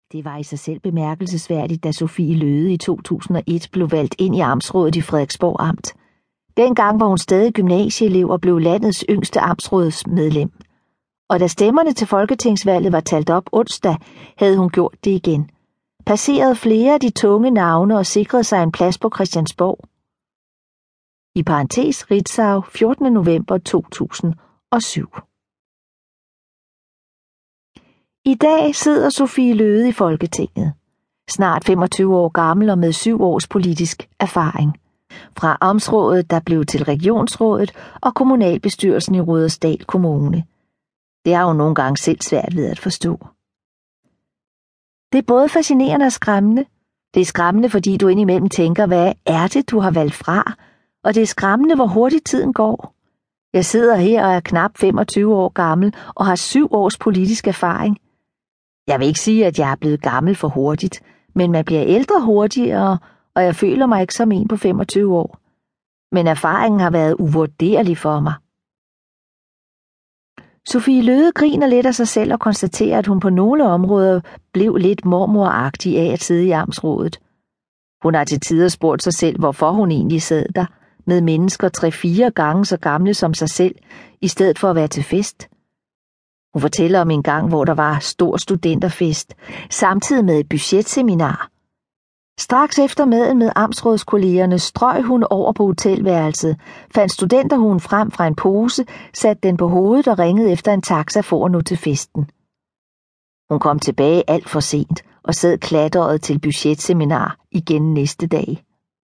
Det var i sig selv bemærkelsesværdigt, da Sofie Løhde i 2001 blev valgt ind i amtsrådet i Frederiksborg Amt. Dengang var hun stadig gymnasieelev og blev landets yngste amtsrådsmedlem. Og da stemmerne til folketingsvalget var talt op onsdag, havde hun gjort det igen. Passeret flere af de tunge navne og sikret sig en plads på Christiansborg. I parentes Ritzau 14. november 2007. I dag sidder Sofie Løhde i Folketinget. Snart 25 år gammel og med 7 års politisk erfaring. Fra amtsrådet, der blev til regionsrådet og kommunalbestyrelsen i Rudersdal Kommune. Det har hun nogle gange selv svært ved at forstå. Det er både fascinerende og skræmmende. Det er skræmmende, fordi du indimellem tænker, hvad er det, du har valgt fra? Og det er skræmmende, hvor hurtigt tiden går. Jeg sidder her og er knap 25 år gammel og har 7 års politisk erfaring. Jeg vil ikke sige, at jeg er blevet gammel for hurtigt, men man bliver ældre hurtigere, og jeg føler mig ikke som en på 25 år. Men erfaringen har været uvurderlig for mig. Sofie Løhde griner lidt af sig selv og konstaterer, at hun på nogle områder blev lidt mormoragtig af at sidde i amtsrådet. Hun har til tider spurgt sig selv, hvorfor hun egentlig sad der, med mennesker 3-4 gange så gamle som sig selv, i stedet for at være til fest. Hun fortæller om en gang, hvor der var stor studenterfest, samtidig med et budgetseminar. Straks efter maden med amtsrådskollegerne strøg hun over på hotelværelset, fandt studenterhugen frem fra en pose, satte den på hovedet og ringede efter en taxa for at nå til festen. Hun kom tilbage alt for sent og sad klatret til budgetseminar igen næste dag.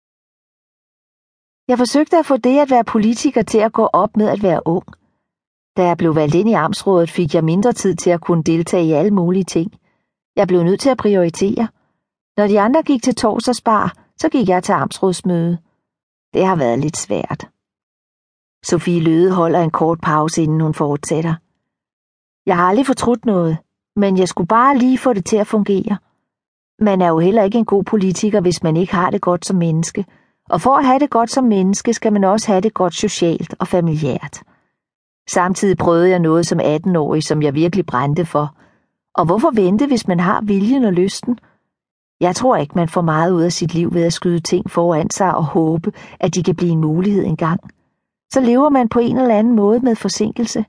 Jeg forsøgte at få det at være politiker til at gå op med at være ung. Da jeg blev valgt ind i amtsrådet, fik jeg mindre tid til at kunne deltage i alle mulige ting. Jeg blev nødt til at prioritere. Når de andre gik til torsdagsbar, så gik jeg til amtsrådsmøde. Det har været lidt svært. Sofie Løhde holder en kort pause, inden hun fortsætter. Jeg har aldrig fortrudt noget, men jeg skulle bare lige få det til at fungere. Man er jo heller ikke en god politiker, hvis man ikke har det godt som menneske. Og for at have det godt som menneske, skal man også have det godt socialt og familiært. Samtidig prøvede jeg noget som 18-årig, som jeg virkelig brændte for. Og hvorfor vente, hvis man har viljen og lysten? Jeg tror ikke, man får meget ud af sit liv ved at skyde ting foran sig og håbe, at de kan blive en mulighed engang. Så lever man på en eller anden måde med forsinkelse.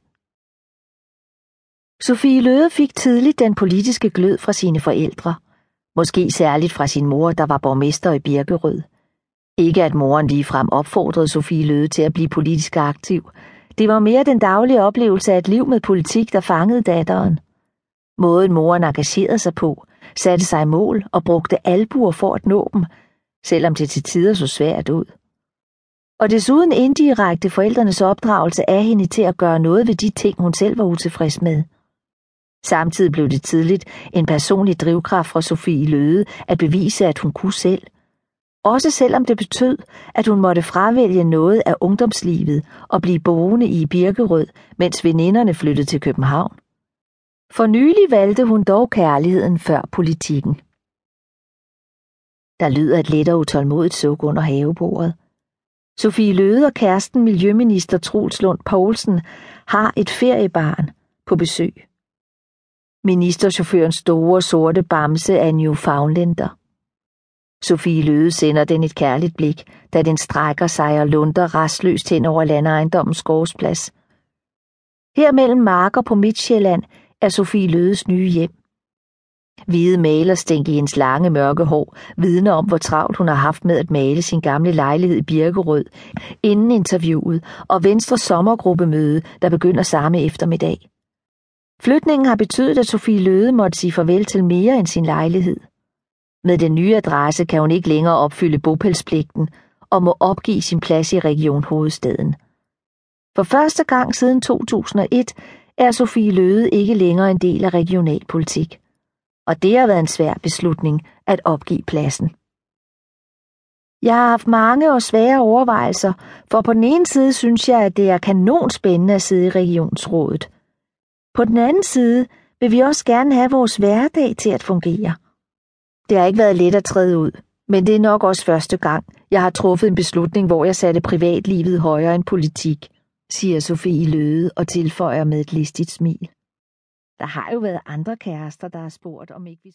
Sofie Løhde fik tidligt den politiske glød fra sine forældre. Måske særligt fra sin mor, der var borgmester i Birkerød. Ikke at moren ligefrem opfordrede Sofie Løhde til at blive politisk aktiv. Det var mere den daglige oplevelse af et liv med politik, der fangede datteren. Måden moren engagerede sig på, satte sig i mål og brugte albuer for at nå dem, selvom det til tider så svært ud. Og desuden indirekte forældrenes opdragelse af hende til at gøre noget ved de ting, hun selv var utilfreds med. Samtidig blev det tidligt en personlig drivkraft fra Sofie Løhde at bevise, at hun kunne selv. Også selvom det betød, at hun måtte fravælge noget af ungdomslivet og blive boende i Birkerød, mens veninderne flyttede til København. For nylig valgte hun dog kærligheden før politikken. Der lyder et let og utålmodigt suk under havebordet. Sofie Løhde og kæresten miljøminister Troels Lund Poulsen har et feriebarn på besøg. Ministerchaufførens store sorte bamse er en Newfoundlander. Sofie Løhde sender den et kærligt blik, da den strækker sig og lunder rastløst hen over landeejendommens gårdsplads. Her mellem marker på Midtsjælland er Sofie Løhdes nye hjem. Hvide malerstænk i hendes lange mørke hår vidner om, hvor travlt hun har haft med at male sin gamle lejlighed i Birkerød inden interviewet og Venstres sommergruppemøde, der begynder samme eftermiddag. Flytningen har betydet, at Sofie Løhde måtte sige farvel til mere end sin lejlighed. Med den nye adresse kan hun ikke længere opfylde bopælspligten og må opgive sin plads i Region Hovedstaden. For første gang siden 2001 er Sofie Løhde ikke længere en del af regionalpolitik. Og det har været en svær beslutning at opgive pladsen. Jeg har haft mange og svære overvejelser, for på den ene side synes jeg, at det er kanonspændende at sidde i regionsrådet. På den anden side vil vi også gerne have vores hverdag til at fungere. Det har ikke været let at træde ud, men det er nok også første gang, jeg har truffet en beslutning, hvor jeg satte privatlivet højere end politik, siger Sofie Løhde og tilføjer med et listigt smil. Der har jo været andre kærester, der har spurgt, om ikke vi